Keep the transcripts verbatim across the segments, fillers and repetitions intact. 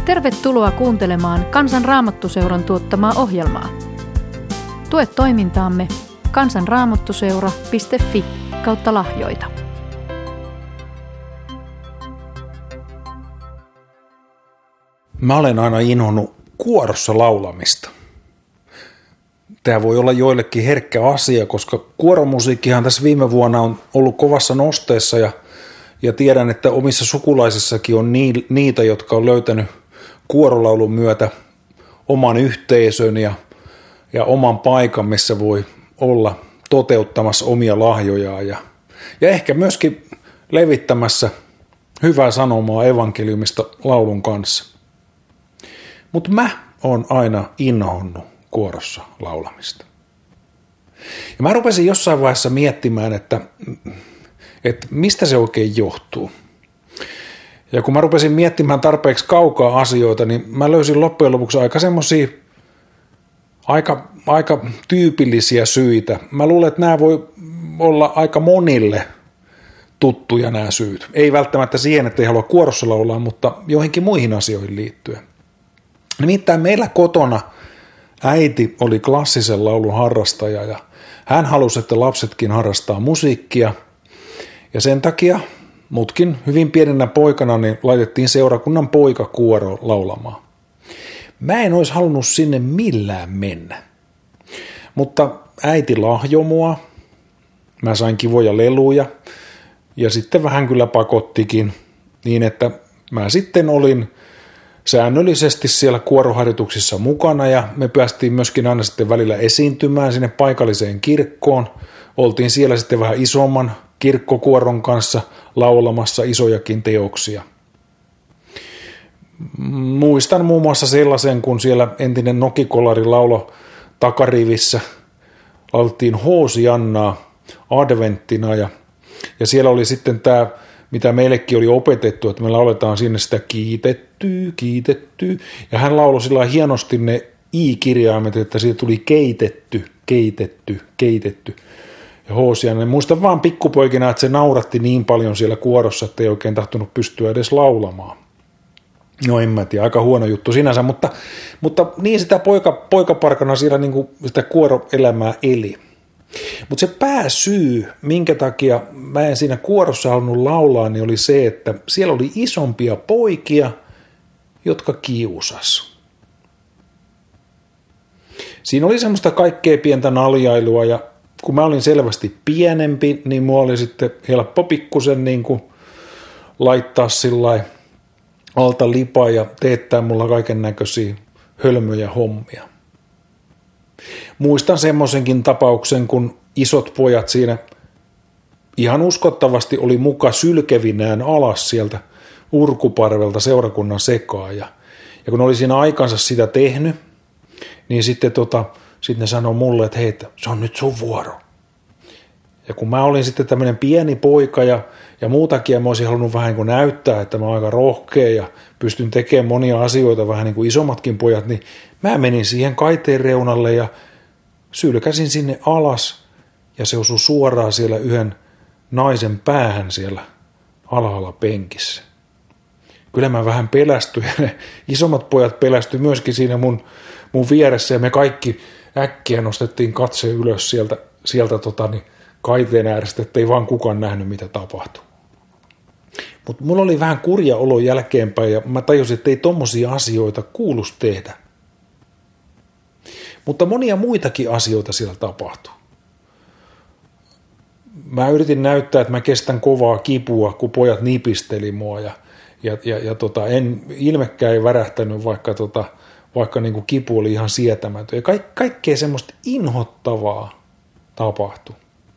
Tervetuloa kuuntelemaan Kansan Raamattuseuran tuottamaa ohjelmaa. Tue toimintaamme kansanraamattuseura piste fi kautta lahjoita. Mä olen aina inhonnut kuorossa laulamista. Tämä voi olla joillekin herkkä asia, koska kuoromusiikkihan tässä viime vuonna on ollut kovassa nosteessa ja, ja tiedän, että omissa sukulaisissakin on niitä, jotka on löytänyt kuorolaulun myötä oman yhteisön ja, ja oman paikan, missä voi olla toteuttamassa omia lahjojaan ja, ja ehkä myöskin levittämässä hyvää sanomaa evankeliumista laulun kanssa. Mutta mä oon aina inhonnut kuorossa laulamista. Ja mä rupesin jossain vaiheessa miettimään, että, että mistä se oikein johtuu. Ja kun mä rupesin miettimään tarpeeksi kaukaa asioita, niin mä löysin loppujen lopuksi aika semmosia aika, aika tyypillisiä syitä. Mä luulen, että nämä voi olla aika monille tuttuja nämä syyt. Ei välttämättä siihen, että ei halua kuorossa laulaa, mutta joihinkin muihin asioihin liittyen. Nimittäin meillä kotona äiti oli klassisen laulun harrastaja ja hän halusi, että lapsetkin harrastaa musiikkia. Ja sen takia mutkin hyvin pienenä poikana niin laitettiin seurakunnan poikakuoro laulamaan. Mä en olisi halunnut sinne millään mennä. Mutta äiti lahjoi mua. Mä sain kivoja leluja ja sitten vähän kyllä pakottikin niin, että mä sitten olin säännöllisesti siellä kuoroharjoituksissa mukana ja me päästiin myöskin aina sitten välillä esiintymään sinne paikalliseen kirkkoon. Oltiin siellä sitten vähän isomman kirkkokuoron kanssa laulamassa isojakin teoksia. Muistan muun muassa sellaisen, kun siellä entinen Nokikolari laulo takarivissä. Laulettiin Hoosiannaa adventtina ja, ja siellä oli sitten tämä, mitä meillekin oli opetettu, että me lauletaan sinne sitä kiitetty, kiitetty. Ja hän lauloi sillä hienosti ne i-kirjaimet, että siitä tuli keitetty, keitetty, keitetty. Ja Hoosianna. Muistan vaan pikkupoikina, että se nauratti niin paljon siellä kuorossa, että ei oikein tahtonut pystyä edes laulamaan. No en mä tiedä, aika huono juttu sinänsä, mutta, mutta niin sitä poika, poikaparkana siellä niin kuin sitä kuoroelämää eli. Mutta se pääsyy, minkä takia mä en siinä kuorossa halunnut laulaa, niin oli se, että siellä oli isompia poikia, jotka kiusas. Siinä oli semmoista kaikkea pientä naljailua ja kun mä olin selvästi pienempi, niin mua oli sitten helppo pikkusen niin kuin laittaa sillai alta lipaa ja teettää mulla kaiken näköisiä hölmöjä hommia. Muistan semmoisenkin tapauksen, kun isot pojat siinä ihan uskottavasti oli muka sylkevinään alas sieltä urkuparvelta seurakunnan sekaa. Ja, ja kun oli siinä aikansa sitä tehnyt, niin sitten tota, sit ne sanoi mulle, että hei, se on nyt sun vuoro. Ja kun mä olin sitten tämmöinen pieni poika ja, ja muutakin, ja mä olisin halunnut vähän niin kuin näyttää, että mä oon aika rohkea ja pystyn tekemään monia asioita vähän niin kuin isommatkin pojat, niin mä menin siihen kaiteen reunalle ja sylkäsin sinne alas ja se osui suoraan siellä yhden naisen päähän siellä alhaalla penkissä. Kyllä mä vähän pelästyin ja ne isommat pojat pelästyi myöskin siinä mun, mun vieressä ja me kaikki äkkiä nostettiin katse ylös sieltä, sieltä tota, niin kaiteen äärestä, ettei vaan kukaan nähnyt mitä tapahtui. Mutta mulla oli vähän kurja olo jälkeenpäin ja mä tajusin, että ei tommosia asioita kuuluisi tehdä. Mutta monia muitakin asioita siellä tapahtui. Mä yritin näyttää, että mä kestän kovaa kipua, kun pojat nipisteli mua ja, ja, ja, ja tota, en, ilmekään ei värähtänyt, vaikka, tota, vaikka niin kuin kipu oli ihan sietämätön. Ja kaik, kaikkea semmoista inhottavaa tapahtui.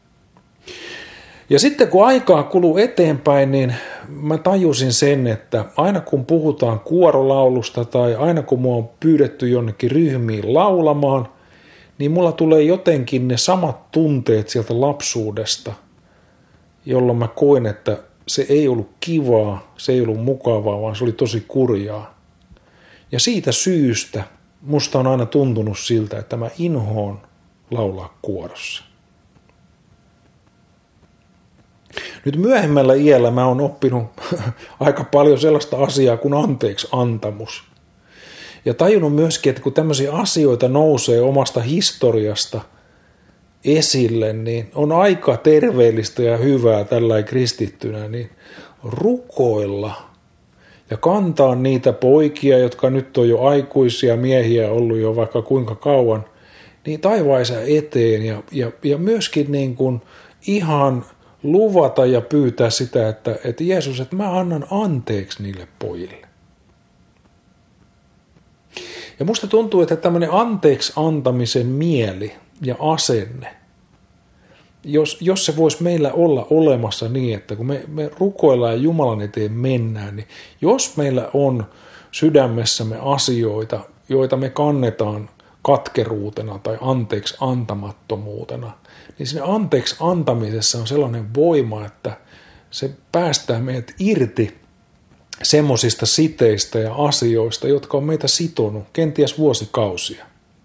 Ja sitten kun aikaa kuluu eteenpäin, niin mä tajusin sen, että aina kun puhutaan kuorolaulusta tai aina kun mua on pyydetty jonnekin ryhmiin laulamaan, niin mulla tulee jotenkin ne samat tunteet sieltä lapsuudesta, jolloin mä koin, että se ei ollut kivaa, se ei ollut mukavaa, vaan se oli tosi kurjaa. Ja siitä syystä musta on aina tuntunut siltä, että mä inhoon laulaa kuorossa. Nyt myöhemmällä iällä mä oon oppinut aika paljon sellaista asiaa kuin anteeksi antamus. Ja tajunnut myöskin, että kun tämmöisiä asioita nousee omasta historiasta esille, niin on aika terveellistä ja hyvää tällainen kristittynä, niin rukoilla ja kantaa niitä poikia, jotka nyt on jo aikuisia miehiä ollut jo vaikka kuinka kauan, niin taivaansa eteen ja, ja, ja myöskin niin kuin ihan luvata ja pyytää sitä, että, että Jeesus, että mä annan anteeksi niille pojille. Ja musta tuntuu, että tämmöinen anteeksi antamisen mieli ja asenne, jos, jos se voisi meillä olla olemassa niin, että kun me, me rukoillaan ja Jumalan eteen mennään, niin jos meillä on sydämessämme asioita, joita me kannetaan katkeruutena tai anteeksi antamattomuutena, niin siinä anteeksi antamisessa on sellainen voima, että se päästää meidät irti semmoisista siteistä ja asioista, jotka on meitä sitonut kenties vuosikausia.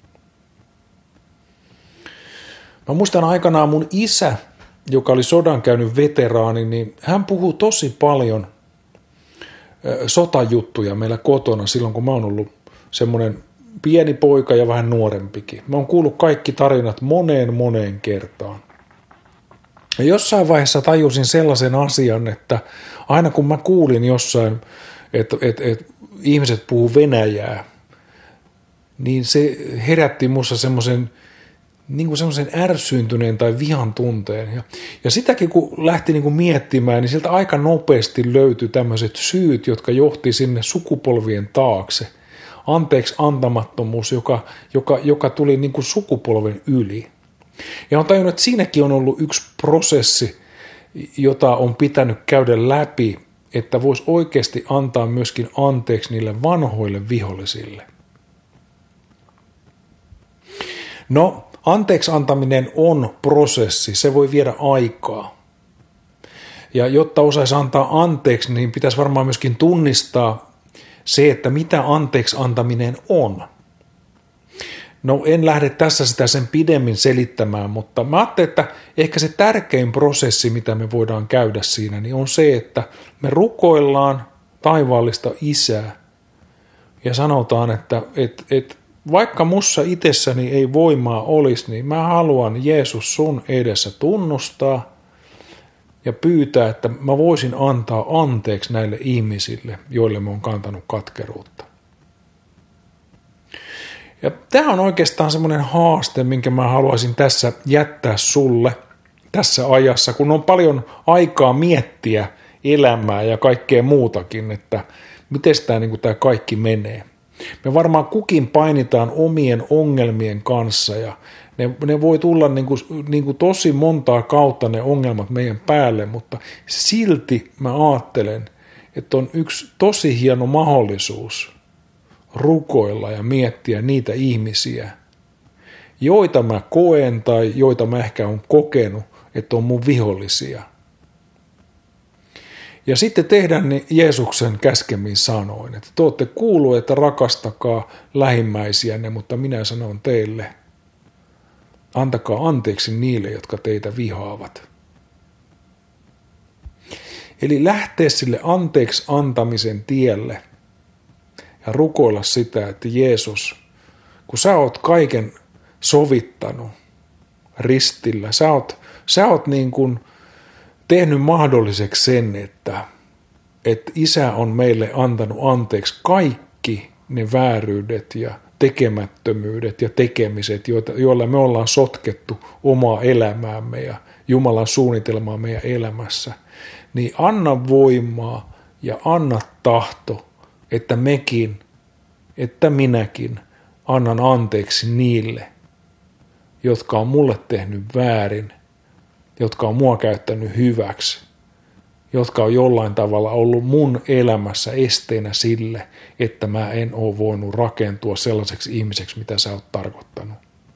Mä muistan aikanaan mun isä, joka oli sodan käynyt veteraani, niin hän puhuu tosi paljon sotajuttuja meillä kotona silloin, kun mä oon ollut semmoinen pieni poika ja vähän nuorempikin. Mä oon kuullut kaikki tarinat moneen moneen kertaan. Ja jossain vaiheessa tajusin sellaisen asian, että aina kun mä kuulin jossain, että, että, että ihmiset puhuu venäjää, niin se herätti musta semmoisen niin kuin semmoisen ärsyyntyneen tai vihan tunteen. Ja, ja sitäkin kun lähti niin kuin miettimään, niin sieltä aika nopeasti löytyi tämmöiset syyt, jotka johti sinne sukupolvien taakse. Anteeksi antamattomuus, joka, joka, joka tuli niin kuin sukupolven yli. Ja on tajunnut, että siinäkin on ollut yksi prosessi, jota on pitänyt käydä läpi, että voisi oikeasti antaa myöskin anteeksi niille vanhoille vihollisille. No, anteeksi antaminen on prosessi, se voi viedä aikaa. Ja jotta osaisi antaa anteeksi, niin pitäisi varmaan myöskin tunnistaa se, että mitä anteeksi antaminen on. No en lähde tässä sitä sen pidemmin selittämään, mutta mä ajattelin, että ehkä se tärkein prosessi, mitä me voidaan käydä siinä, niin on se, että me rukoillaan taivaallista Isää ja sanotaan, että et, et, vaikka mussa itsessäni ei voimaa olisi, niin mä haluan Jeesus sun edessä tunnustaa ja pyytää, että mä voisin antaa anteeksi näille ihmisille, joille mä oon kantanut katkeruutta. Ja tämä on oikeastaan semmoinen haaste, minkä mä haluaisin tässä jättää sulle tässä ajassa, kun on paljon aikaa miettiä elämää ja kaikkea muutakin, että miten tämä, niin kuin tämä kaikki menee. Me varmaan kukin painitaan omien ongelmien kanssa ja ne, ne voi tulla niin kuin, niin kuin tosi montaa kautta ne ongelmat meidän päälle, mutta silti mä ajattelen, että on yksi tosi hieno mahdollisuus rukoilla ja miettiä niitä ihmisiä, joita mä koen tai joita mä ehkä on kokenut, että on mun vihollisia. Ja sitten tehdään ne Jeesuksen käskemin sanoin, että te olette kuulleet, että rakastakaa lähimmäisiänne, mutta minä sanon teille, antakaa anteeksi niille, jotka teitä vihaavat. Eli lähteä sille anteeksi antamisen tielle ja rukoilla sitä, että Jeesus, kun sä oot kaiken sovittanut ristillä, sä oot, sä oot niin kuin tehnyt mahdolliseksi sen, että, että Isä on meille antanut anteeksi kaikki ne vääryydet ja tekemättömyydet ja tekemiset, joita, joilla me ollaan sotkettu omaa elämäämme ja Jumalan suunnitelmaa meidän elämässä, niin anna voimaa ja anna tahto, että mekin, että minäkin annan anteeksi niille, jotka on mulle tehnyt väärin, jotka on mua käyttänyt hyväksi, jotka on jollain tavalla ollut mun elämässä esteenä sille, että mä en ole voinut rakentua sellaiseksi ihmiseksi, mitä sä oot tarkoittanut.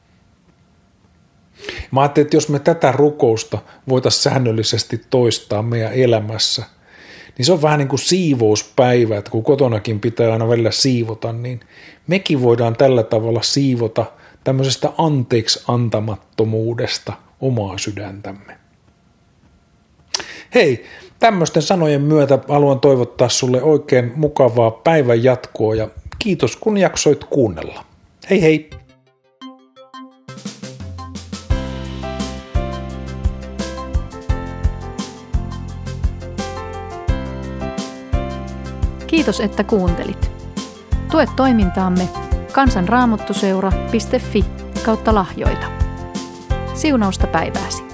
Mä ajattelin, että jos me tätä rukousta voitaisiin säännöllisesti toistaa meidän elämässä, niin se on vähän niin kuin siivouspäivä, että kun kotonakin pitää aina välillä siivota, niin mekin voidaan tällä tavalla siivota tämmöisestä anteeksi antamattomuudesta omaa sydäntämme. Hei, tämmöisten sanojen myötä haluan toivottaa sulle oikein mukavaa päivän jatkoa ja kiitos kun jaksoit kuunnella. Hei hei! Kiitos, että kuuntelit. Tue toimintaamme kansanraamattuseura piste fi kautta lahjoita. Siunausta päivääsi.